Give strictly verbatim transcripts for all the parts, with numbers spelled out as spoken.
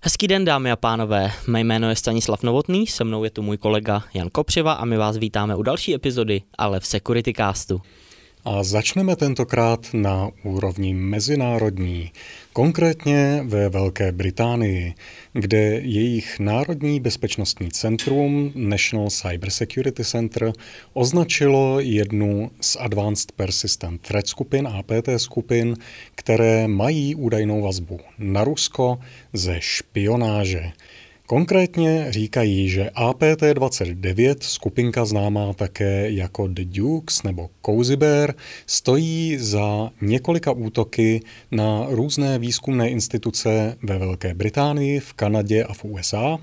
Hezký den, dámy a pánové, mé jméno je Stanislav Novotný, se mnou je tu můj kolega Jan Kopřiva a my vás vítáme u další epizody, ale v Securitycastu. A začneme tentokrát na úrovni mezinárodní, konkrétně ve Velké Británii, kde jejich Národní bezpečnostní centrum National Cyber Security Center označilo jednu z Advanced Persistent Threat skupin, A P T skupin, které mají údajnou vazbu na Rusko ze špionáže. Konkrétně říkají, že A P T dvacet devět, skupinka známá také jako The Dukes nebo Cozy Bear, stojí za několika útoky na různé výzkumné instituce ve Velké Británii, v Kanadě a v U S A,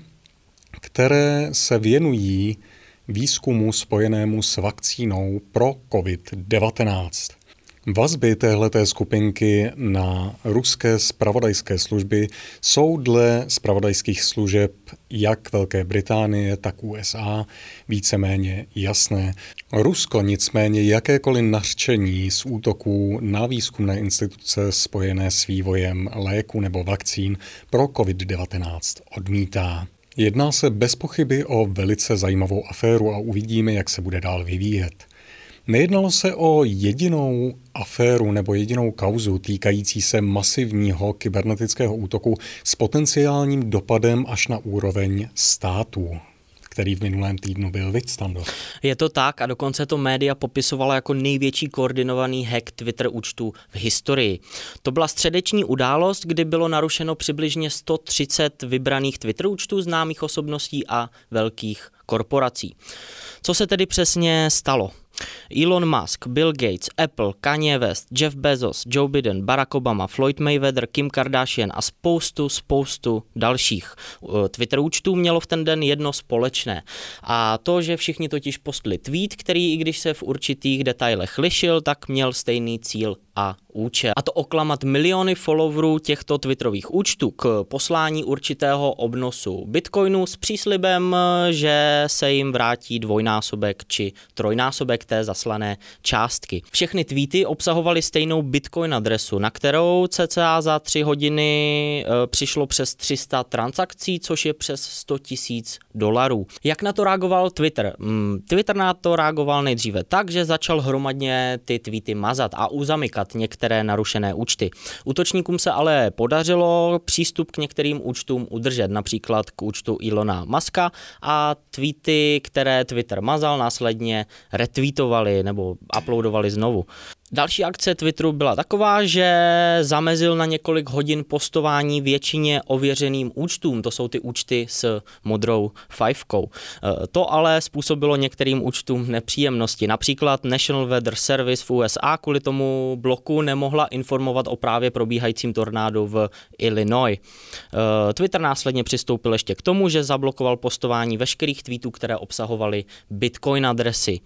které se věnují výzkumu spojenému s vakcínou pro covid devatenáct. Vazby téhleté skupinky na ruské zpravodajské služby jsou dle zpravodajských služeb jak Velké Británie, tak U S A víceméně jasné. Rusko nicméně jakékoliv nařčení z útoků na výzkumné instituce spojené s vývojem léku nebo vakcín pro covid devatenáct odmítá. Jedná se bez pochyby o velice zajímavou aféru a uvidíme, jak se bude dál vyvíjet. Nejednalo se o jedinou aféru nebo jedinou kauzu týkající se masivního kybernetického útoku s potenciálním dopadem až na úroveň států, který v minulém týdnu byl, viď, Stando? Je to tak a dokonce to média popisovala jako největší koordinovaný hack Twitter účtu v historii. To byla středeční událost, kdy bylo narušeno přibližně sto třicet vybraných Twitter účtů známých osobností a velkých korporací. Co se tedy přesně stalo? Elon Musk, Bill Gates, Apple, Kanye West, Jeff Bezos, Joe Biden, Barack Obama, Floyd Mayweather, Kim Kardashian a spoustu, spoustu dalších Twitter účtů mělo v ten den jedno společné. A to, že všichni totiž postli tweet, který i když se v určitých detailech lišil, tak měl stejný cíl a účel. A to oklamat miliony followerů těchto twitterových účtů k poslání určitého obnosu bitcoinu s příslibem, že se jim vrátí dvojnásobek či trojnásobek té zaslané částky. Všechny tweety obsahovaly stejnou bitcoin adresu, na kterou cca za tři hodiny e, přišlo přes tři sta transakcí, což je přes sto tisíc dolarů. Jak na to reagoval Twitter? Hmm, Twitter na to reagoval nejdříve tak, že začal hromadně ty tweety mazat a uzamykat některé narušené účty. Útočníkům se ale podařilo přístup k některým účtům udržet, například k účtu Elona Muska, a tweety, které Twitter mazal, následně retweetovali nebo uploadovali znovu. Další akce Twitteru byla taková, že zamezil na několik hodin postování většině ověřeným účtům, to jsou ty účty s modrou fajfkou. To ale způsobilo některým účtům nepříjemnosti. Například National Weather Service v U S A kvůli tomu bloku nemohla informovat o právě probíhajícím tornádu v Illinois. Twitter následně přistoupil ještě k tomu, že zablokoval postování veškerých tweetů, které obsahovaly bitcoin adresy.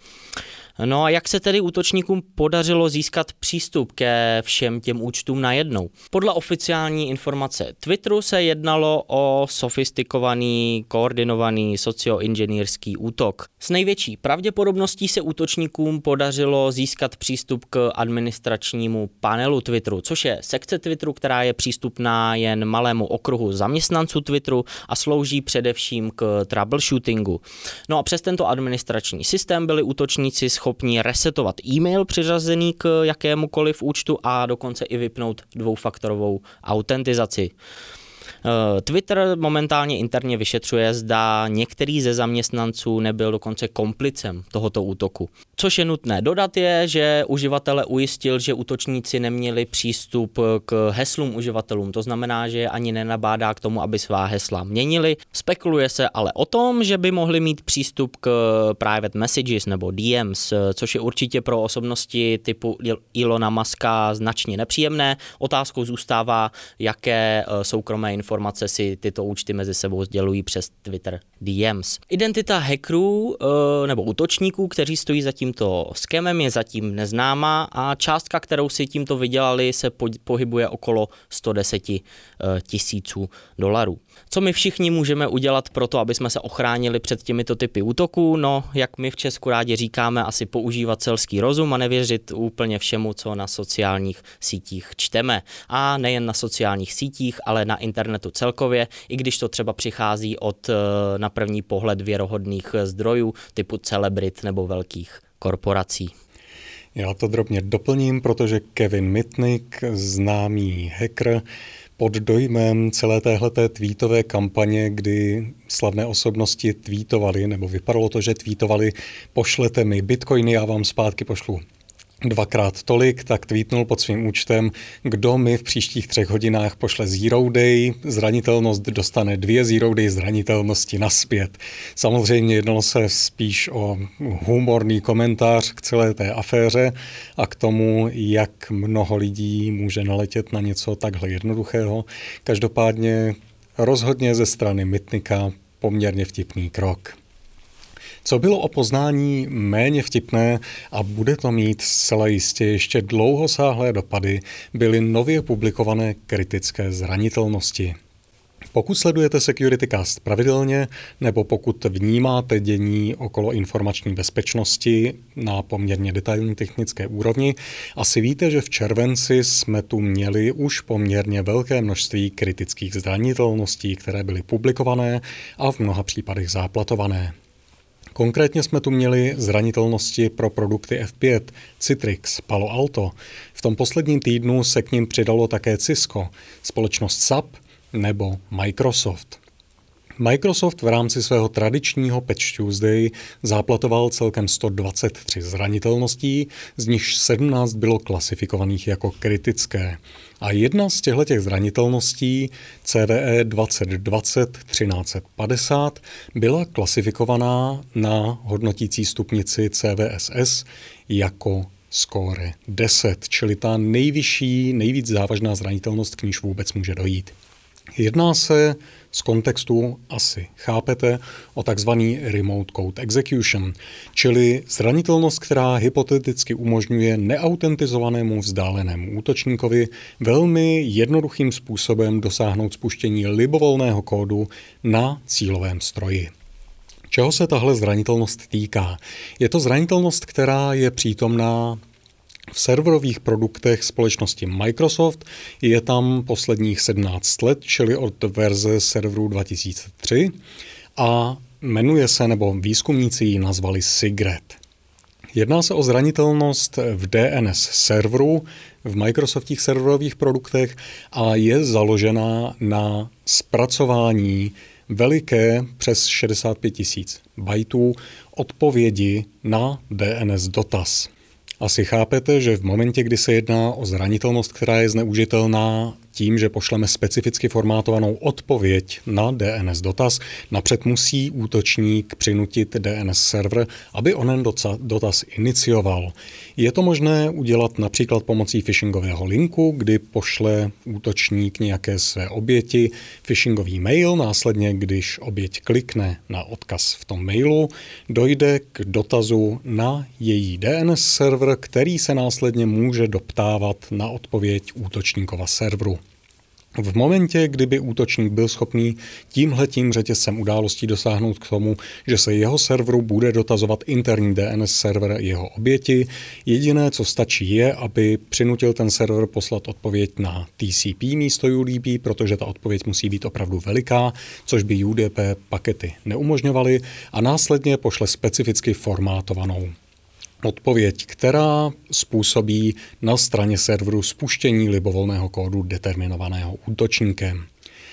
No a jak se tedy útočníkům podařilo získat přístup ke všem těm účtům najednou? Podle oficiální informace Twitteru se jednalo o sofistikovaný, koordinovaný socioinženýrský útok. S největší pravděpodobností se útočníkům podařilo získat přístup k administračnímu panelu Twitteru, což je sekce Twitteru, která je přístupná jen malému okruhu zaměstnanců Twitteru a slouží především k troubleshootingu. No a přes tento administrační systém byli útočníci schopni resetovat e-mail přiřazený k jakémukoliv účtu a dokonce i vypnout dvoufaktorovou autentizaci. Twitter momentálně interně vyšetřuje, zda některý ze zaměstnanců nebyl dokonce komplicem tohoto útoku. Což je nutné dodat je, že uživatele ujistil, že útočníci neměli přístup k heslům uživatelům, to znamená, že je ani nenabádá k tomu, aby svá hesla měnili. Spekuluje se ale o tom, že by mohli mít přístup k private messages nebo D Ms, což je určitě pro osobnosti typu Elona Muska značně nepříjemné. Otázkou zůstává, jaké soukromé informace si tyto účty mezi sebou sdělují přes Twitter D Ms. Identita hackerů nebo útočníků, kteří stojí za tímto skémem, je zatím neznámá a částka, kterou si tímto vydělali, se pohybuje okolo sto deset tisíců dolarů. Co my všichni můžeme udělat pro to, aby jsme se ochránili před těmito typy útoků? No, jak my v Česku rádi říkáme, asi používat selský rozum a nevěřit úplně všemu, co na sociálních sítích čteme. A nejen na sociálních sítích, ale na internetu internetu celkově, i když to třeba přichází od na první pohled věrohodných zdrojů typu celebrit nebo velkých korporací. Já to drobně doplním, protože Kevin Mitnick, známý hacker, pod dojmem celé téhleté tweetové kampaně, kdy slavné osobnosti tweetovali, nebo vypadalo to, že tweetovali, pošlete mi bitcoiny, já vám zpátky pošlu dvakrát tolik, tak tweetnul pod svým účtem, kdo mi v příštích třech hodinách pošle zero day, zranitelnost dostane dvě zero day zranitelnosti naspět. Samozřejmě jednalo se spíš o humorný komentář k celé té aféře a k tomu, jak mnoho lidí může naletět na něco takhle jednoduchého. Každopádně rozhodně ze strany Mitnicka poměrně vtipný krok. Co bylo o poznání méně vtipné a bude to mít zcela jistě ještě dlouhosáhlé dopady, byly nově publikované kritické zranitelnosti. Pokud sledujete SecurityCast pravidelně, nebo pokud vnímáte dění okolo informační bezpečnosti na poměrně detailní technické úrovni, asi víte, že v červenci jsme tu měli už poměrně velké množství kritických zranitelností, které byly publikované a v mnoha případech záplatované. Konkrétně jsme tu měli zranitelnosti pro produkty F pět, Citrix, Palo Alto. V tom posledním týdnu se k nim přidalo také Cisco, společnost S A P nebo Microsoft. Microsoft v rámci svého tradičního Patch Tuesday záplatoval celkem sto dvacet tři zranitelností, z nichž sedmnáct bylo klasifikovaných jako kritické. A jedna z těchto zranitelností, C V E dvacet dvacet třináct padesát, byla klasifikovaná na hodnotící stupnici C V S S jako skóre deset, čili ta nejvyšší, nejvíc závažná zranitelnost, k níž vůbec může dojít. Jedná se z kontextu, asi chápete, o takzvaný Remote Code Execution, čili zranitelnost, která hypoteticky umožňuje neautentizovanému vzdálenému útočníkovi velmi jednoduchým způsobem dosáhnout spuštění libovolného kódu na cílovém stroji. Čeho se tahle zranitelnost týká? Je to zranitelnost, která je přítomná v serverových produktech společnosti Microsoft. Je tam posledních sedmnáct let, čili od verze serveru dva tisíce tři a jmenuje se, nebo výzkumníci ji nazvali SIGRET. Jedná se o zranitelnost v D N S serveru, v Microsoftích serverových produktech a je založená na zpracování veliké přes šedesát pět tisíc bajtů odpovědi na D N S dotaz. Asi chápete, že v momentě, kdy se jedná o zranitelnost, která je zneužitelná tím, že pošleme specificky formátovanou odpověď na D N S dotaz, napřed musí útočník přinutit D N S server, aby onen dotaz inicioval. Je to možné udělat například pomocí phishingového linku, kdy pošle útočník nějaké své oběti phishingový mail, následně, když oběť klikne na odkaz v tom mailu, dojde k dotazu na její D N S server, který se následně může doptávat na odpověď útočníkova serveru. V momentě, kdyby útočník byl schopný tímhletím řetězcem událostí dosáhnout k tomu, že se jeho serveru bude dotazovat interní D N S server jeho oběti, jediné, co stačí, je, aby přinutil ten server poslat odpověď na T C P místo U D P, protože ta odpověď musí být opravdu veliká, což by U D P pakety neumožňovaly, a následně pošle specificky formátovanou odpověď, která způsobí na straně serveru spuštění libovolného kódu determinovaného útočníkem.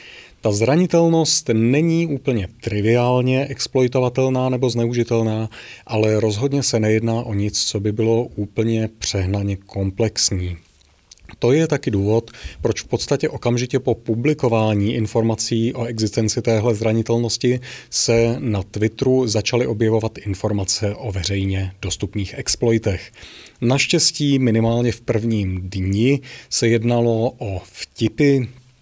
Ta zranitelnost není úplně triviálně exploitovatelná nebo zneužitelná, ale rozhodně se nejedná o nic, co by bylo úplně přehnaně komplexní. To je taky důvod, proč v podstatě okamžitě po publikování informací o existenci téhle zranitelnosti se na Twitteru začaly objevovat informace o veřejně dostupných exploitech. Naštěstí minimálně v prvním dni se jednalo o vtipy,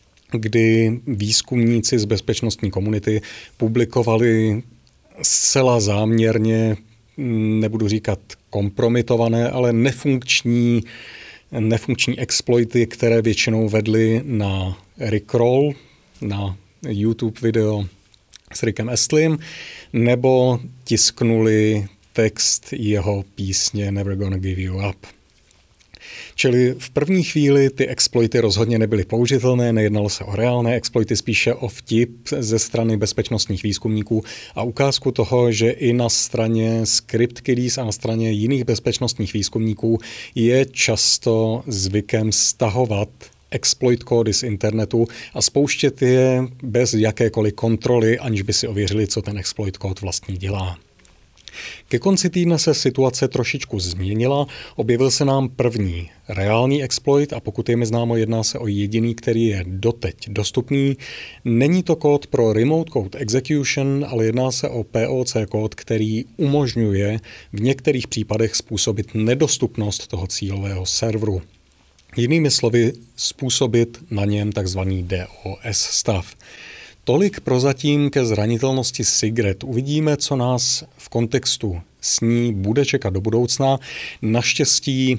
kdy výzkumníci z bezpečnostní komunity publikovali zcela záměrně, nebudu říkat kompromitované, ale nefunkční nefunkční exploity, které většinou vedly na Rickroll, na YouTube video s Rickem Astlem, nebo tisknuli text jeho písně Never Gonna Give You Up. Čili v první chvíli ty exploity rozhodně nebyly použitelné, nejednalo se o reálné exploity, spíše o vtip ze strany bezpečnostních výzkumníků a ukázku toho, že i na straně Script Kiddies a na straně jiných bezpečnostních výzkumníků je často zvykem stahovat exploit kódy z internetu a spouštět je bez jakékoliv kontroly, aniž by si ověřili, co ten exploit kód vlastně dělá. Ke konci týdne se situace trošičku změnila, objevil se nám první reálný exploit a pokud je mi známo, jedná se o jediný, který je doteď dostupný. Není to kód pro Remote Code Execution, ale jedná se o P O C kód, který umožňuje v některých případech způsobit nedostupnost toho cílového serveru. Jinými slovy, způsobit na něm takzvaný D O S stav. Tolik prozatím ke zranitelnosti SIGRET. Uvidíme, co nás v kontextu s ní bude čekat do budoucna. Naštěstí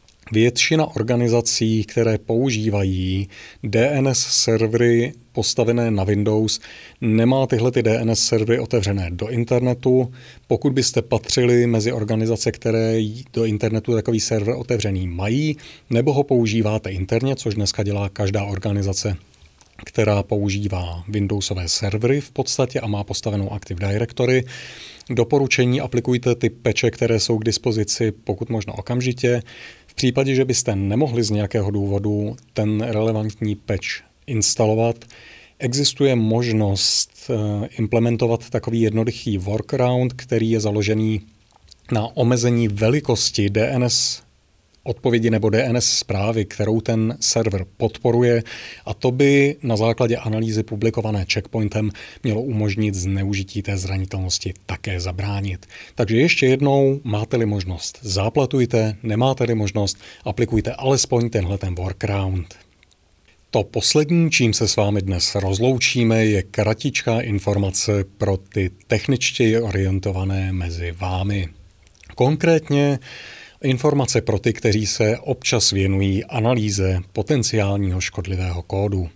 většina organizací, které používají D N S servery postavené na Windows, nemá tyhle ty D N S servery otevřené do internetu. Pokud byste patřili mezi organizace, které do internetu takový server otevřený mají, nebo ho používáte interně, což dneska dělá každá organizace, která používá Windowsové servery v podstatě a má postavenou Active Directory. Doporučení: aplikujte ty peče, které jsou k dispozici, pokud možno okamžitě. V případě, že byste nemohli z nějakého důvodu ten relevantní patch instalovat, existuje možnost implementovat takový jednoduchý workaround, který je založený na omezení velikosti D N S odpovědi nebo D N S zprávy, kterou ten server podporuje, a to by na základě analýzy publikované Checkpointem mělo umožnit zneužití té zranitelnosti také zabránit. Takže ještě jednou, máte-li možnost, záplatujte, nemáte-li možnost, aplikujte alespoň tenhle ten workaround. To poslední, čím se s vámi dnes rozloučíme, je kratičká informace pro ty techničtěji orientované mezi vámi. Konkrétně informace pro ty, kteří se občas věnují analýze potenciálního škodlivého kódu.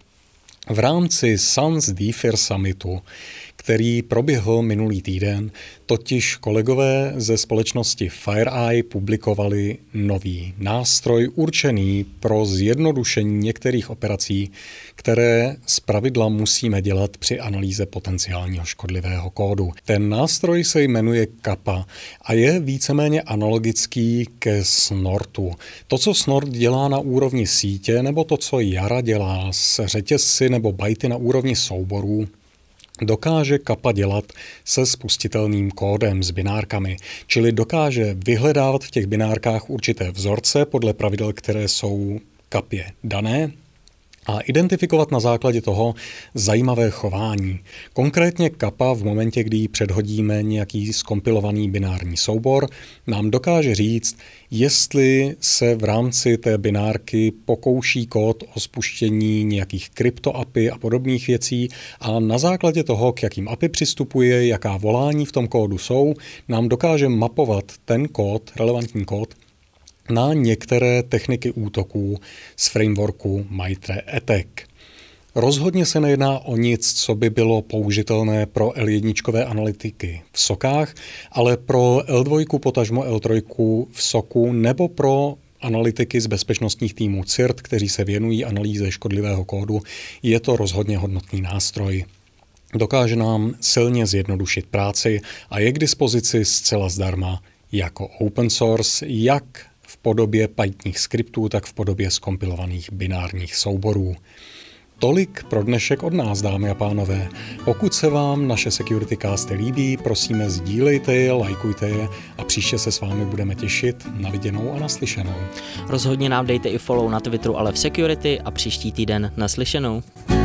V rámci Sans DeFi Summitu, který proběhl minulý týden, totiž kolegové ze společnosti FireEye publikovali nový nástroj určený pro zjednodušení některých operací, které zpravidla musíme dělat při analýze potenciálního škodlivého kódu. Ten nástroj se jmenuje Kappa a je víceméně analogický ke Snortu. To, co Snort dělá na úrovni sítě, nebo to, co Yara dělá s řetězci nebo bajty na úrovni souborů, dokáže Kappa dělat se spustitelným kódem, s binárkami, čili dokáže vyhledávat v těch binárkách určité vzorce podle pravidel, které jsou Kappě dané, a identifikovat na základě toho zajímavé chování. Konkrétně Kappa v momentě, kdy jí předhodíme nějaký zkompilovaný binární soubor, nám dokáže říct, jestli se v rámci té binárky pokouší kód o spuštění nějakých kryptoapy a podobných věcí, a na základě toho, k jakým apy přistupuje, jaká volání v tom kódu jsou, nám dokáže mapovat ten kód, relevantní kód, na některé techniky útoků z frameworku Maitre Attack. Rozhodně se nejedná o nic, co by bylo použitelné pro L jedna analytiky v sokách, ale pro L dva, potažmo L tři v soku nebo pro analytiky z bezpečnostních týmů C I R T, kteří se věnují analýze škodlivého kódu, je to rozhodně hodnotný nástroj. Dokáže nám silně zjednodušit práci a je k dispozici zcela zdarma jako open source, jak v podobě Pythonních skriptů, tak v podobě zkompilovaných binárních souborů. Tolik pro dnešek od nás, dámy a pánové. Pokud se vám naše Security Casty líbí, prosíme, sdílejte je, lajkujte je a příště se s vámi budeme těšit. Na viděnou a naslyšenou. Rozhodně nám dejte i follow na Twitteru Ale v Security a příští týden naslyšenou.